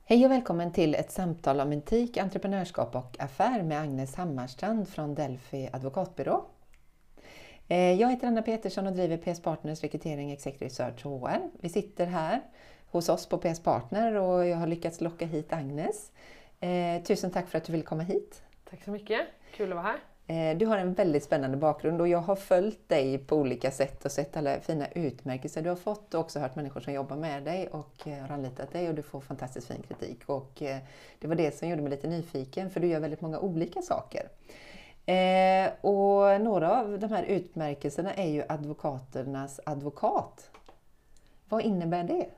Hej och välkommen till ett samtal om etik, entreprenörskap och affär med Agnes Hammarstrand från Delphi advokatbyrå. Jag heter Anna Petersson och driver PS Partners rekrytering, executive search och HR. Vi sitter här hos oss på PS Partner och jag har lyckats locka hit Agnes. Tusen tack för att du vill komma hit. Tack så mycket, kul att vara här. Du har en väldigt spännande bakgrund och jag har följt dig på olika sätt och sett alla fina utmärkelser du har fått och också hört människor som jobbar med dig och har anlitat dig och du får fantastiskt fin kritik. Och det var det som gjorde mig lite nyfiken för du gör väldigt många olika saker. Och några av de här utmärkelserna är ju advokaternas advokat. Vad innebär det?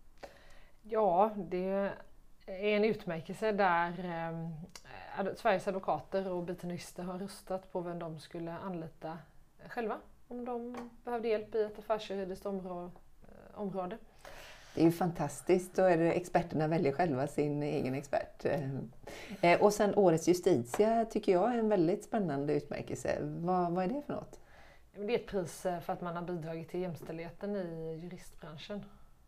Ja, det är en utmärkelse där Sveriges advokater och bitonister har röstat på vem de skulle anlita själva om de behövde hjälp i ett affärsjuridiskt område. Det är ju fantastiskt, då är det experterna väljer själva sin egen expert. Och sen årets Justitia tycker jag är en väldigt spännande utmärkelse. Vad är det för något? Det är ett pris för att man har bidragit till jämställdheten i juristbranschen.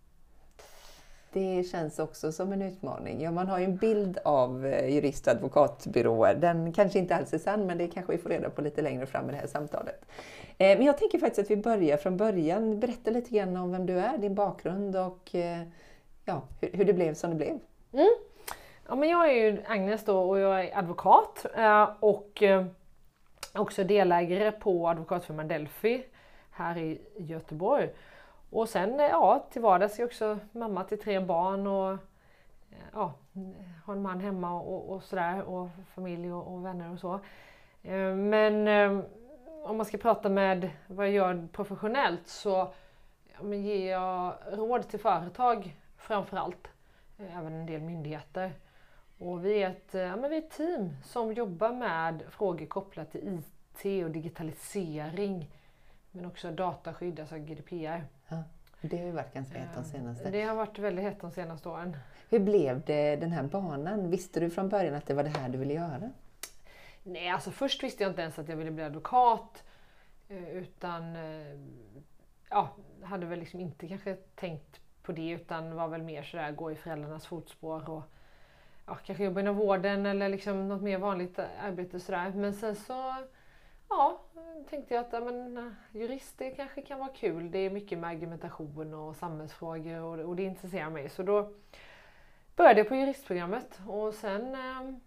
Det känns också som en utmaning. Ja, man har ju en bild av jurist- och advokatbyråer. Den kanske inte alls är sann, men det kanske vi får reda på lite längre fram i det här samtalet. Men jag tänker faktiskt att vi börjar från början. Berätta lite grann om vem du är, din bakgrund och hur det blev som det blev. Ja, men jag är ju Agnes då och jag är advokat och också delägare på advokatfirman Delphi här i Göteborg. Och sen till vardags är jag också mamma till 3 barn och har en man hemma och sådär och familj och vänner och så. Men om man ska prata med vad jag gör professionellt så ger jag råd till företag framförallt, även en del myndigheter. Och vi är ett team som jobbar med frågor kopplat till IT och digitalisering men också dataskydd, alltså GDPR. Ja, det har ju varit ganska hett de senaste. Det har varit väldigt hett de senaste åren. Hur blev det den här banan? Visste du från början att det var det här du ville göra? Nej, alltså först visste jag inte ens att jag ville bli advokat. Utan hade väl liksom inte kanske tänkt på det utan var väl mer sådär gå i föräldrarnas fotspår och kanske jobba inom vården eller liksom något mer vanligt arbete sådär. Men sen så tänkte jag att jurist det kanske kan vara kul. Det är mycket med argumentation och samhällsfrågor och det intresserar mig. Så då började jag på juristprogrammet och sen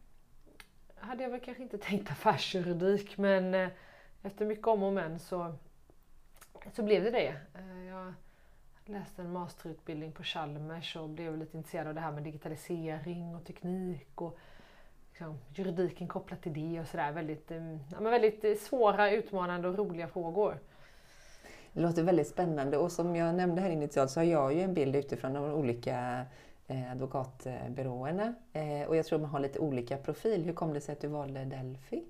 hade jag väl kanske inte tänkt affärsjuridik men efter mycket om och men så blev det. Jag läste en masterutbildning på Chalmers och blev lite intresserad av det här med digitalisering och teknik och juridiken kopplat till det och sådär. Väldigt svåra, utmanande och roliga frågor. Det låter väldigt spännande och som jag nämnde här initialt så har jag ju en bild utifrån de olika advokatbyråerna och jag tror man har lite olika profil. Hur kom det sig att du valde Delphi?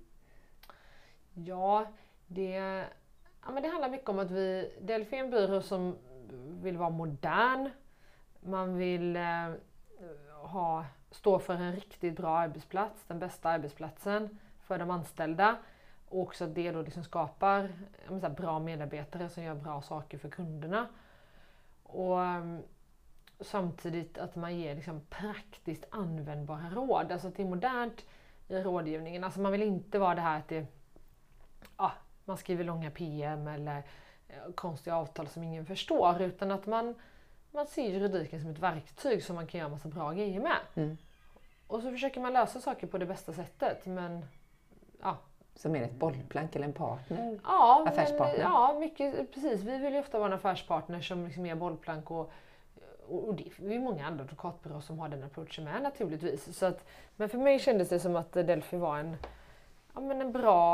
Ja, det handlar mycket om att Delphi är en byrå som vill vara modern. Man vill stå för en riktigt bra arbetsplats, den bästa arbetsplatsen för de anställda. Och också att det då liksom skapar bra medarbetare som gör bra saker för kunderna. Och samtidigt att man ger liksom praktiskt användbara råd. Alltså att det är modernt i rådgivningen. Alltså man vill inte vara det här att man skriver långa PM eller konstiga avtal som ingen förstår. Utan att man ser juridiken som ett verktyg som man kan göra massa bra grejer med. Mm. Och så försöker man lösa saker på det bästa sättet. Men som är ett bollplank eller en partner? Ja, affärspartner? mycket, precis. Vi vill ju ofta vara en affärspartner som liksom är bollplank och det är många andra advokatbyråer som har den approachen med naturligtvis. Så men för mig kändes det som att Delphi var en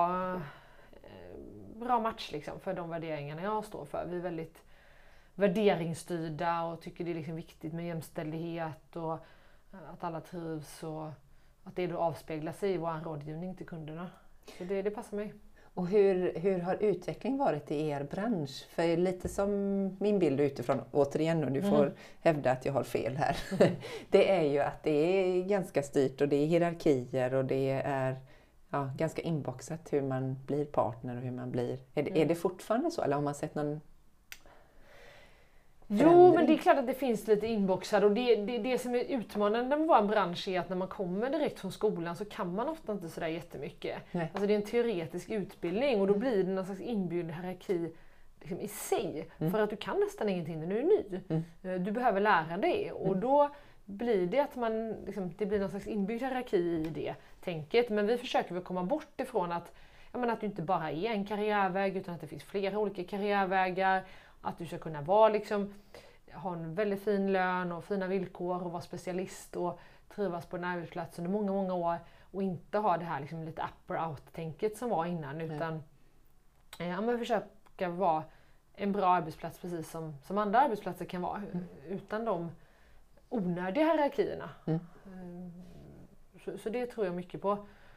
bra match liksom för de värderingarna jag står för. Vi är väldigt värderingsstyrda och tycker det är liksom viktigt med jämställdhet och att alla trivs och att det då avspeglar sig i vår rådgivning till kunderna. Så det passar mig. Och hur har utveckling varit i er bransch? För lite som min bild utifrån, återigen, och du får hävda att jag har fel här. Det är ju att det är ganska styrt och det är hierarkier och det är ganska inboxat hur man blir partner och hur man blir. Är det fortfarande så eller har man sett någon Jo, men det är klart att det finns lite inboxar och det som är utmanande med vår bransch är att när man kommer direkt från skolan så kan man ofta inte sådär jättemycket. Nej. Alltså det är en teoretisk utbildning och då blir det någon slags inbyggd hierarki liksom i sig. För att du kan nästan ingenting när du är ny. Du behöver lära dig och då blir det att man, liksom, det blir någon slags inbyggd hierarki i det tänket. Men vi försöker väl komma bort ifrån att du inte bara är en karriärväg utan att det finns flera olika karriärvägar. Att du ska kunna vara, liksom, ha en väldigt fin lön och fina villkor och vara specialist och trivas på en arbetsplats under många, många år. Och inte ha det här liksom, lite upper-out-tänket som var innan. Utan försöka vara en bra arbetsplats precis som andra arbetsplatser kan vara. Utan de onödiga hierarkierna. Så det tror jag mycket på.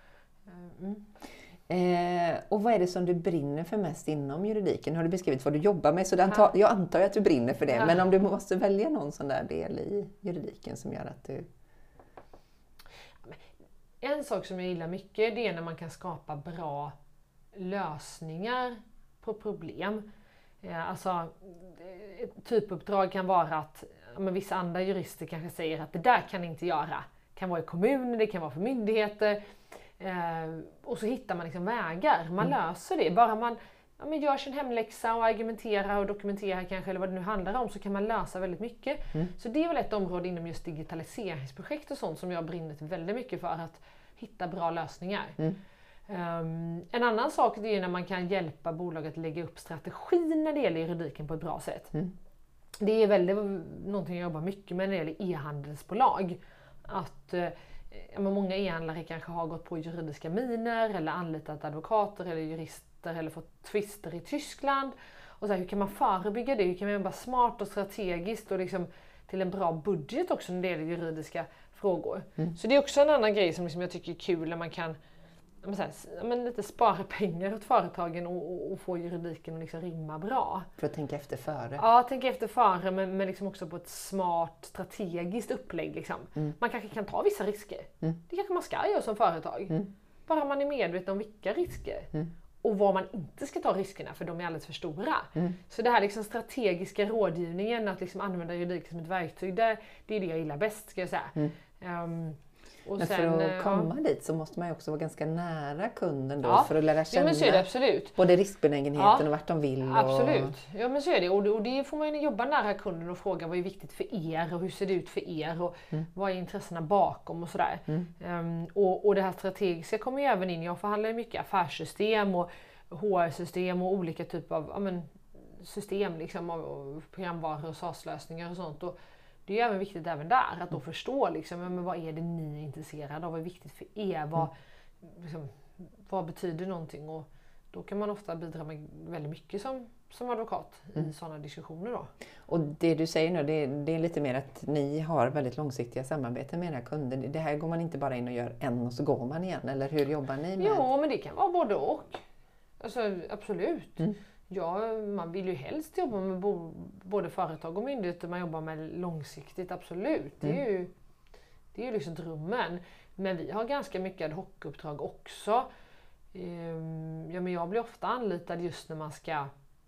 Och vad är det som du brinner för mest inom juridiken? Har du beskrivit vad du jobbar med? Så jag antar att du brinner för det. Men om du måste välja någon sån där del i juridiken som gör att du... En sak som jag gillar mycket det är när man kan skapa bra lösningar på problem. Alltså, ett typuppdrag kan vara att vissa andra jurister kanske säger att det där kan inte göra. Det kan vara i kommuner, det kan vara för myndigheter. Och så hittar man liksom vägar, man löser det. Bara man gör sin hemläxa och argumenterar och dokumenterar kanske eller vad det nu handlar om så kan man lösa väldigt mycket. Så det är väl ett område inom just digitaliseringsprojekt och sånt som jag brinner väldigt mycket för att hitta bra lösningar. En annan sak det är när man kan hjälpa bolaget att lägga upp strategin när det gäller juridiken på ett bra sätt. Det är väldigt någonting jag jobbar mycket med när det gäller e-handelsbolag. Att många e-handlare kanske har gått på juridiska miner eller anlitat advokater eller jurister eller fått tvister i Tyskland. Och så här, hur kan man förebygga det? Hur kan man jobba smart och strategiskt och liksom till en bra budget också när det gäller juridiska frågor. Så det är också en annan grej som liksom jag tycker är kul när man kan lite spara pengar åt företagen och få juridiken att liksom rimma bra. För att tänka efter före. Ja, tänka efter före men liksom också på ett smart strategiskt upplägg. Liksom. Man kanske kan ta vissa risker. Det kanske man ska göra som företag. Bara man är medveten om vilka risker. Och var man inte ska ta riskerna för de är alldeles för stora. Så det här liksom strategiska rådgivningen, att liksom använda juridik som ett verktyg, det är det jag gillar bäst ska jag säga. Men för att komma dit så måste man ju också vara ganska nära kunden då för att lära känna men så är det, absolut. Både riskbenägenheten och vart de vill. Absolut, ja men så är det. Och det får man ju jobba nära kunden och fråga vad är viktigt för er och hur ser det ut för er och vad är intressena bakom och sådär. Och det här strategiska kommer ju även in. Jag förhandlar mycket affärssystem och HR-system och olika typer av system liksom, av programvaror och SaaS-lösningar och sånt. Och det är även viktigt även där att då förstå liksom, vad är det ni är intresserade av, vad är viktigt för er, vad betyder någonting och då kan man ofta bidra med väldigt mycket som advokat i sådana diskussioner då. Och det du säger nu, det är lite mer att ni har väldigt långsiktiga samarbeten med era kunder. Det här går man inte bara in och gör en och så går man igen, eller hur jobbar ni med? Jo, men det kan vara både och. Alltså absolut. Ja, man vill ju helst jobba med både företag och myndigheter man jobbar med långsiktigt, absolut. Det är ju liksom drömmen. Men vi har ganska mycket ad hoc-uppdrag också. Men jag blir ofta anlitad just när man ska...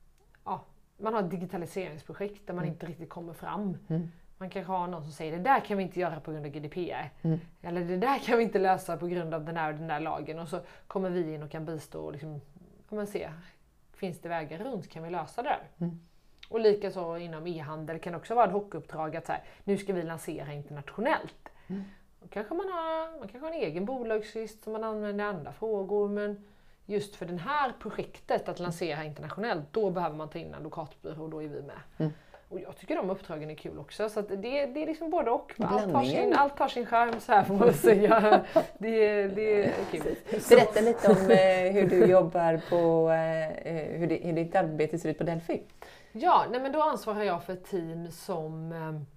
man har ett digitaliseringsprojekt där man inte riktigt kommer fram. Man kanske har någon som säger det där kan vi inte göra på grund av GDPR. Eller det där kan vi inte lösa på grund av den här lagen. Och så kommer vi in och kan bistå och liksom, se... Finns det vägar runt? Kan vi lösa det? Och likaså inom e-handel kan det också vara ett hoc-uppdrag att så här, nu ska vi lansera internationellt. Och kanske man kanske har en egen bolagslist som man använder i andra frågor. Men just för det här projektet att lansera internationellt, då behöver man ta in en advokatbyrå och då är vi med. Och jag tycker de uppdragen är kul också. Så att det är liksom både och. Allt tar sin charm så här får man säga. Det är kul. Berätta lite om hur du jobbar på, hur ditt arbete ser ut på Delphi. Ja, men då ansvarar jag för ett team som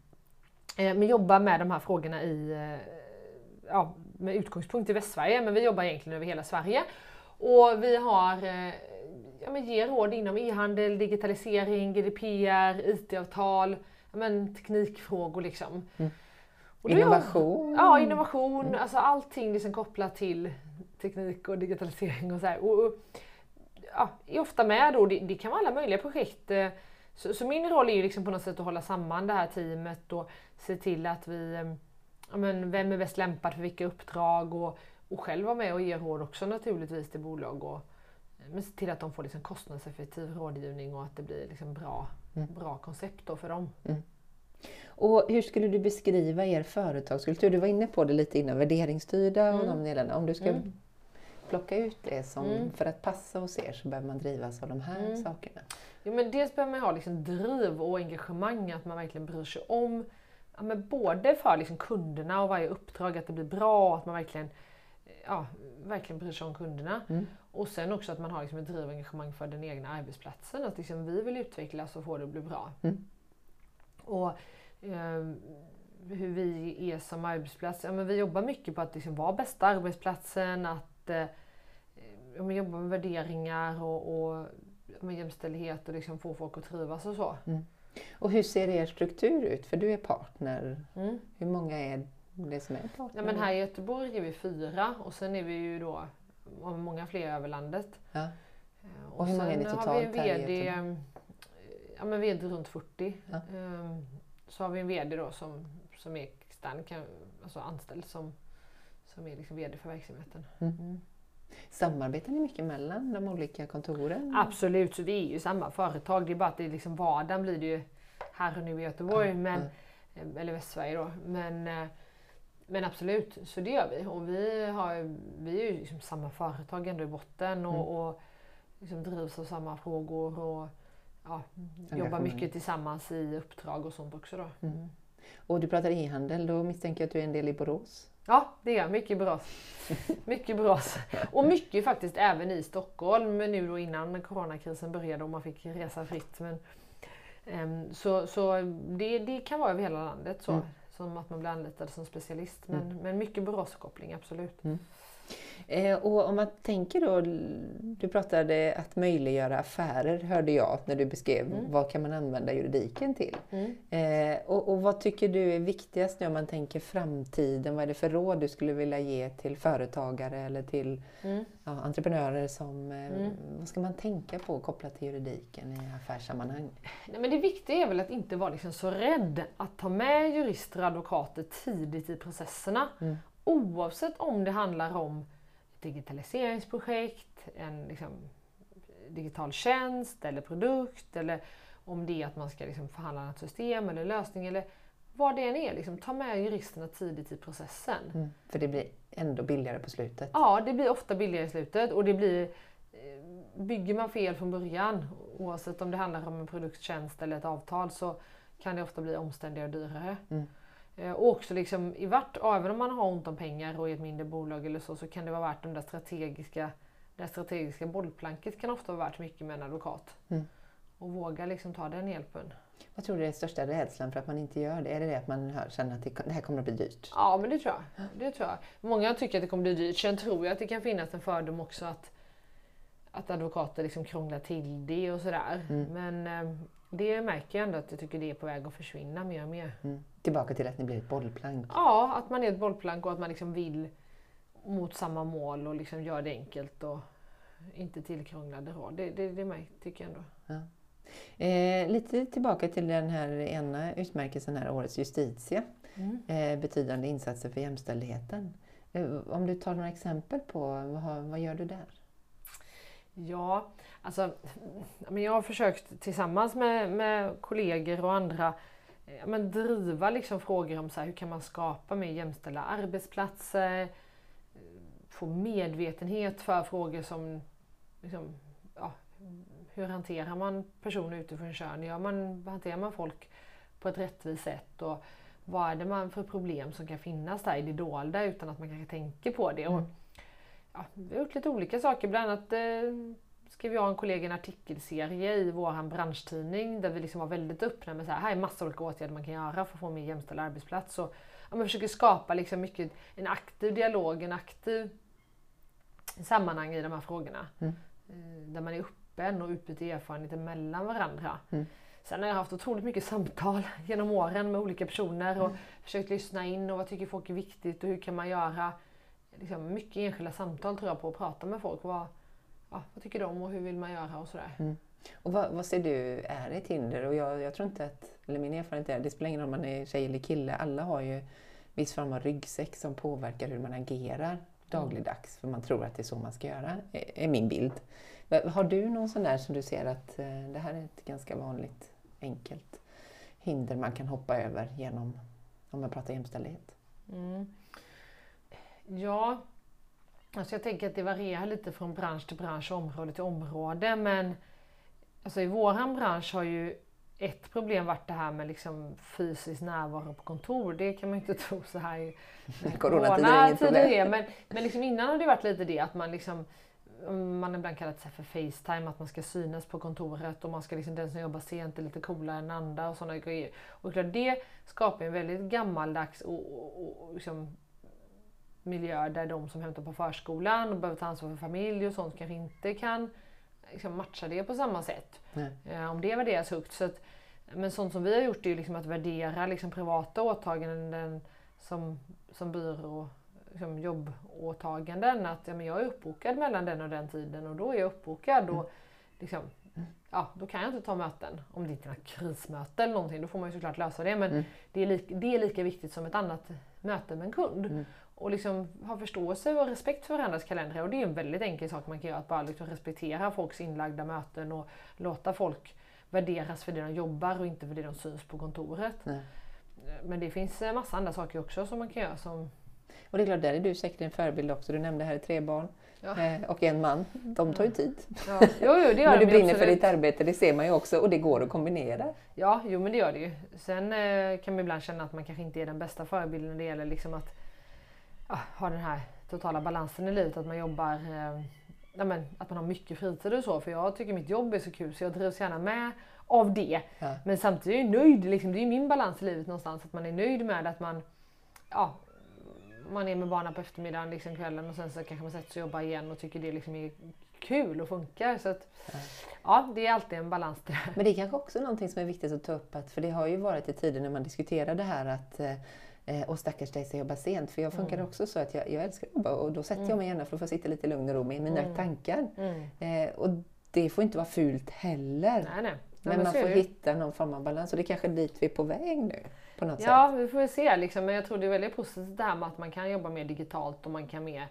jobbar med de här frågorna med utgångspunkt i Västsverige. Men vi jobbar egentligen över hela Sverige. Och vi har... ger råd inom e-handel, digitalisering, GDPR, IT-avtal, teknikfrågor liksom. Och innovation? Innovation, alltså allting liksom kopplat till teknik och digitalisering och så här. Och är ofta med då, det kan vara alla möjliga projekt Så min roll är ju liksom på något sätt att hålla samman det här teamet och se till att vi, vem är bäst lämpad för vilka uppdrag och själv vara med och ge råd också naturligtvis till bolag men se till att de får liksom kostnadseffektiv rådgivning och att det blir liksom bra koncept då för dem. Och hur skulle du beskriva er företagskultur? Du var inne på det lite innan, värderingsstyrda och de delarna. Om du ska plocka ut det som för att passa hos er så behöver man drivas av de här sakerna. Jo, men dels behöver man ha liksom driv och engagemang, att man verkligen bryr sig om, men både för liksom kunderna och varje uppdrag, att det blir bra, att man verkligen bryr sig om kunderna. Och sen också att man har liksom ett driv och engagemang för den egna arbetsplatsen, att liksom vi vill utvecklas och få det att bli bra. Och hur vi är som arbetsplats, men vi jobbar mycket på att liksom vara bästa arbetsplatsen, att jobba med värderingar och med jämställdhet och liksom få folk att trivas och så. Och hur ser er struktur ut? För du är partner. Hur många är det som är partner? Ja, men här i Göteborg är vi 4 och sen är vi ju då många fler över landet. Ja. Och hur många är ni totalt här i Göteborg? Ja, men vd runt 40. Ja. Så har vi en vd då som är extern, alltså anställd som är liksom vd för verksamheten. Samarbetar ni mycket mellan de olika kontoren? Absolut, så vi är ju samma företag. Det är bara att det är liksom vardagen blir det ju här och nu i Göteborg, eller Västsverige då. Men absolut, så det gör vi. Och vi är ju liksom samma företag ändå i botten och liksom drivs av samma frågor och jobbar mycket tillsammans i uppdrag och sånt också då. Och du pratar e-handel, då misstänker jag att du är en del i Borås? Ja, det är jag. Mycket Borås. Mycket Borås. Och mycket faktiskt även i Stockholm, men nu då innan coronakrisen började och man fick resa fritt. Men, så det kan vara över hela landet så. Som att man blir anlitad som specialist. Men mycket Borås-koppling, absolut. Och om man tänker då, du pratade att möjliggöra affärer, hörde jag när du beskrev vad kan man använda juridiken till. Och vad tycker du är viktigast nu om man tänker framtiden? Vad är det för råd du skulle vilja ge till företagare eller till entreprenörer som, vad ska man tänka på kopplat till juridiken i affärssammanhang? Nej, men det viktiga är väl att inte vara liksom så rädd att ta med jurister och advokater tidigt i processerna. Oavsett om det handlar om digitaliseringsprojekt, en liksom digital tjänst eller produkt, eller om det är att man ska liksom förhandla ett system eller lösning eller vad det än är. Liksom, ta med juristerna tidigt i processen. För det blir ändå billigare på slutet. Ja, det blir ofta billigare i slutet och det blir, bygger man fel från början, oavsett om det handlar om en produkt, tjänst eller ett avtal, så kan det ofta bli omständigare och dyrare. Och också liksom även om man har ont om pengar och i ett mindre bolag eller så kan det vara värt det strategiska bollplanket kan ofta vara värt mycket med en advokat. Och våga liksom ta den hjälpen. Vad tror du är den största rädslan för att man inte gör det? Är det att man känner att det här kommer att bli dyrt? Ja, men det tror jag. Många tycker att det kommer att bli dyrt. Sen tror jag att det kan finnas en fördom också att advokater liksom krånglar till det och sådär. Men det märker jag ändå att jag tycker det är på väg att försvinna mer och mer. Tillbaka till att ni blir ett bollplank. Ja, att man är ett bollplank och att man liksom vill mot samma mål och liksom gör det enkelt och inte tillkrånglade råd. Det tycker jag ändå. Ja. Lite tillbaka till den här ena utmärkelsen här, årets Justitia. Betydande insatser för jämställdheten. Om du tar några exempel på, vad gör du där? Ja, alltså jag har försökt tillsammans med kollegor och andra driva liksom frågor om så här, hur kan man skapa mer jämställda arbetsplatser, få medvetenhet för frågor som liksom, hur hanterar man personer utifrån kön? Hanterar man folk på ett rättvist sätt? Och vad är det för problem som kan finnas där i det dolda utan att man kanske tänker på det? Och, vi har gjort lite olika saker. Bland annat skrev jag och en kollega en artikelserie i vår branschtidning där vi liksom var väldigt öppna med så här är massa olika åtgärder man kan göra för att få en mer jämställd arbetsplats. Och, man försöker skapa liksom mycket en aktiv dialog, en aktiv sammanhang i de här frågorna. Där man är öppen och utbyter erfarenheter mellan varandra. Sen har jag haft otroligt mycket samtal genom åren med olika personer och försökt lyssna in och vad tycker folk är viktigt och hur kan man göra. Liksom mycket enskilda samtal tror jag på att prata med folk. Vad tycker de och hur vill man göra och sådär. Och vad ser du är ett hinder? Och jag tror inte att, eller min erfarenhet är, det spelar ingen roll om man är tjej eller kille, alla har ju viss form av ryggsäck som påverkar hur man agerar dagligdags. För man tror att det är så man ska göra, är min bild. Har du någon sån där som du ser att det här är ett ganska vanligt, enkelt hinder man kan hoppa över genom, om man pratar jämställdhet? Ja, alltså jag tänker att det varierar lite från bransch till bransch och område till område. Men alltså i våran bransch har ju ett problem varit det här med liksom fysisk närvaro på kontor. Det kan man inte tro så här i coronatider är inget problem. Men liksom innan har det varit lite det att man liksom, man ibland kallat sig för FaceTime, att man ska synas på kontoret och man ska liksom, den som jobbar sent är lite coolare än andra och sådana grejer. Och klart, det skapar en väldigt gammaldags och liksom miljö där de som hämtar på förskolan och behöver ta ansvar för familj och sånt kanske inte kan liksom matcha det på samma sätt. Om det värderas högt. Så att, men sånt som vi har gjort är ju liksom att värdera liksom privata åtaganden som byrå, liksom jobbåtaganden. Att ja, men jag är uppbokad mellan den och den tiden och då är jag uppbokad. Och liksom, ja, då kan jag inte ta möten. Om det inte är något krismöte eller någonting, då får man ju såklart lösa det. Men det är lika viktigt som ett annat möte med en kund. Och liksom ha förståelse och respekt för varandras kalendrar. Och det är en väldigt enkel sak man kan göra. Att bara liksom respektera folks inlagda möten och låta folk värderas för det de jobbar och inte för det de syns på kontoret. Men det finns massa andra saker också som man kan göra. Och det är klart, där är du säkert en förebild också. Du nämnde här 3 barn och en man. De tar ju tid. Ja. Jo, det gör men du brinner absolut för ditt arbete, det ser man ju också. Och det går att kombinera. Ja, men det gör det ju. Sen kan man ibland känna att man kanske inte är den bästa förebilden när det gäller liksom att ha den här totala balansen i livet. Att man jobbar, att man har mycket fritid och så. För jag tycker mitt jobb är så kul så jag drivs gärna med av det. Ja. Men samtidigt är jag nöjd. Liksom, det är min balans i livet någonstans. Att man är nöjd med att man är med barnen på eftermiddagen, liksom kvällen och sen så kanske man sätter sig och jobbar igen och tycker det liksom är kul och funkar. Så att, det är alltid en balans där. Men det är kanske också någonting som är viktigt att ta upp. För det har ju varit i tiden när man diskuterar det här att och stackars dig så jobba sent. För jag funkar också så att jag älskar att jobba och då sätter jag mig gärna för att få sitta lite lugn och ro med mina tankar. Och det får inte vara fult heller. Nej. Men man får hitta någon form av balans och det är kanske dit vi är på väg nu på något sätt. Ja, vi får se liksom. Men jag tror det är väldigt positivt det här med att man kan jobba mer digitalt och man kan mer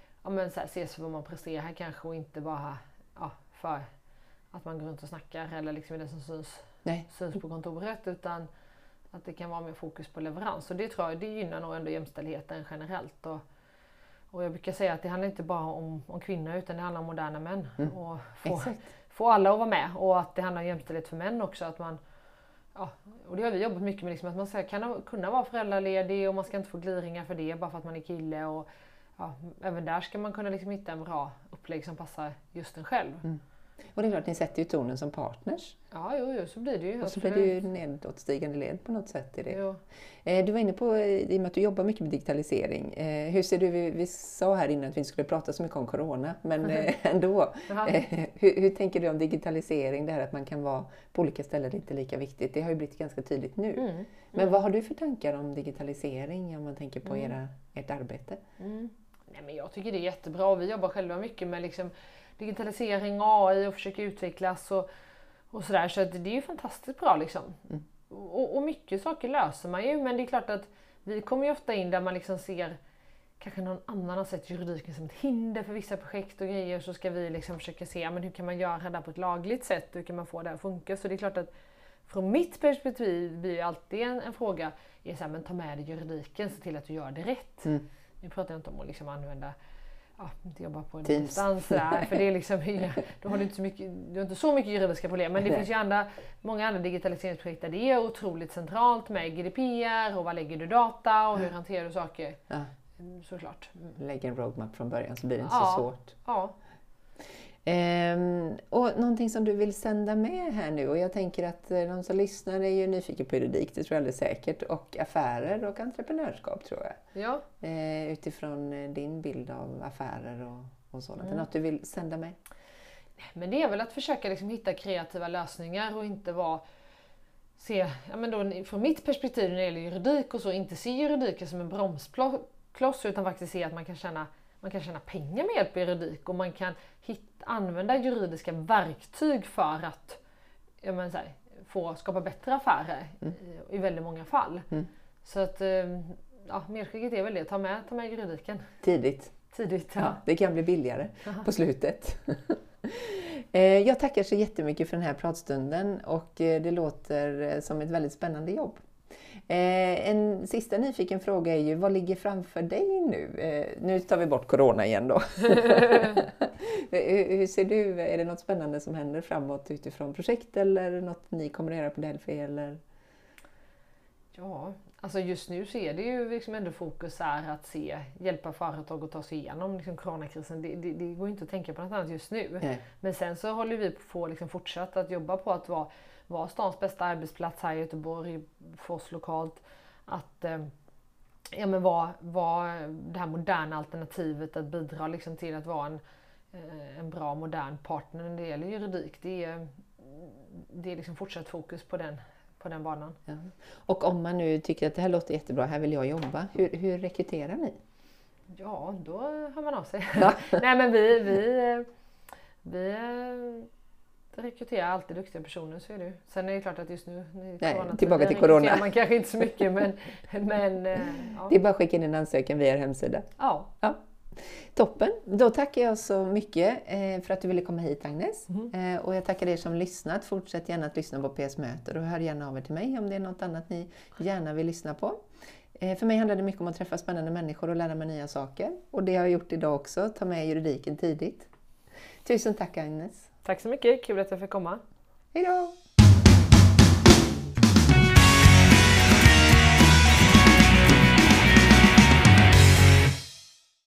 ses för vad man presterar kanske och inte bara för att man går runt och snackar eller liksom det som syns på kontoret, utan att det kan vara mer fokus på leverans. Och det tror jag, det gynnar nog ändå jämställdheten generellt. Och jag brukar säga att det handlar inte bara om kvinnor utan det handlar om moderna män. Och få alla att vara med. Och att det handlar om jämställdhet för män också. Att man, och det har vi jobbat mycket med, liksom, att man ska kunna vara föräldraledig och man ska inte få gliringar för det bara för att man är kille. Och även där ska man kunna liksom hitta en bra upplägg som passar just en själv. Och det är klart, ni sätter ju tonen som partners. Ja, så blir det ju. Och så blir det ju nedåtstigande led på något sätt i det. Jo. Du var inne på, i och med att du jobbar mycket med digitalisering. Hur ser du, vi sa här innan att vi inte skulle prata så mycket om corona, men ändå. Hur tänker du om digitalisering? Det här att man kan vara på olika ställen är inte lika viktigt. Det har ju blivit ganska tydligt nu. Men vad har du för tankar om digitalisering om man tänker på ert arbete? Nej, men jag tycker det är jättebra och vi jobbar själva mycket med liksom digitalisering, AI och försöker utvecklas och sådär. Så att det är ju fantastiskt bra liksom. Och mycket saker löser man ju. Men det är klart att vi kommer ju ofta in där man liksom ser kanske någon annan har sett juridiken som ett hinder för vissa projekt och grejer. Så ska vi liksom försöka se hur kan man göra det på ett lagligt sätt. Hur kan man få det att funka. Så det är klart att från mitt perspektiv blir ju alltid en fråga. Är så här, men ta med dig juridiken, se till att du gör det rätt. Nu pratar jag inte om att liksom använda inte jobba på en distans där, för det är liksom du har inte så mycket juridiska problem, men det finns ju många andra digitaliseringsprojekt där det är otroligt centralt med GDPR och vad lägger du data och hur hanterar du saker. Såklart. Lägg en roadmap från början så blir det inte så svårt. Ja. Och någonting som du vill sända med här nu, och jag tänker att de som lyssnar är ju nyfiken på juridik, det tror jag alldeles säkert, och affärer och entreprenörskap tror jag. Ja. Utifrån din bild av affärer och sådant. Är det något du vill sända med? Men det är väl att försöka liksom hitta kreativa lösningar och inte från mitt perspektiv när det gäller juridik och så, inte se juridiken som en bromskloss utan faktiskt se att man man kan tjäna pengar med hjälp av juridik och man kan använda juridiska verktyg för att få skapa bättre affärer i väldigt många fall. Så att medskicket är väl det, ta med juridiken. Tidigt. Ja. Det kan bli billigare på slutet. Jag tackar så jättemycket för den här pratstunden och det låter som ett väldigt spännande jobb. En sista nyfiken fråga är ju, vad ligger framför dig nu? Nu tar vi bort corona igen då. Hur ser du, är det något spännande som händer framåt utifrån projekt eller något ni kommer att göra på Delphi? Eller? Ja, alltså just nu så är det ju liksom ändå fokus är att hjälpa företag att ta sig igenom liksom coronakrisen. Det går inte att tänka på något annat just nu. Nej. Men sen så håller vi på liksom fortsatt att jobba på att vara stans bästa arbetsplats här i Göteborg för oss lokalt. Att vara det här moderna alternativet, att bidra liksom till att vara en bra modern partner när det gäller juridik. Det är liksom fortsatt fokus på den banan. Ja. Och om man nu tycker att det här låter jättebra, här vill jag jobba, hur rekryterar ni? Ja, då hör man av sig. Ja. Nej, men vi rekryterar alltid duktiga personer, så är det. Sen är det klart att just nu tillbaka till corona. Man kanske inte så mycket, men ja. Det är bara att skicka in en ansökan via er hemsida. Ja. Toppen. Då tackar jag så mycket för att du ville komma hit, Agnes. Och jag tackar er som lyssnat. Fortsätt gärna att lyssna på PS Möter och hör gärna av er till mig om det är något annat ni gärna vill lyssna på. För mig handlar det mycket om att träffa spännande människor och lära mig nya saker. Och det har jag gjort idag också. Ta med juridiken tidigt. Tusen tack, Agnes. Tack så mycket. Kul att jag fick komma. Hej då!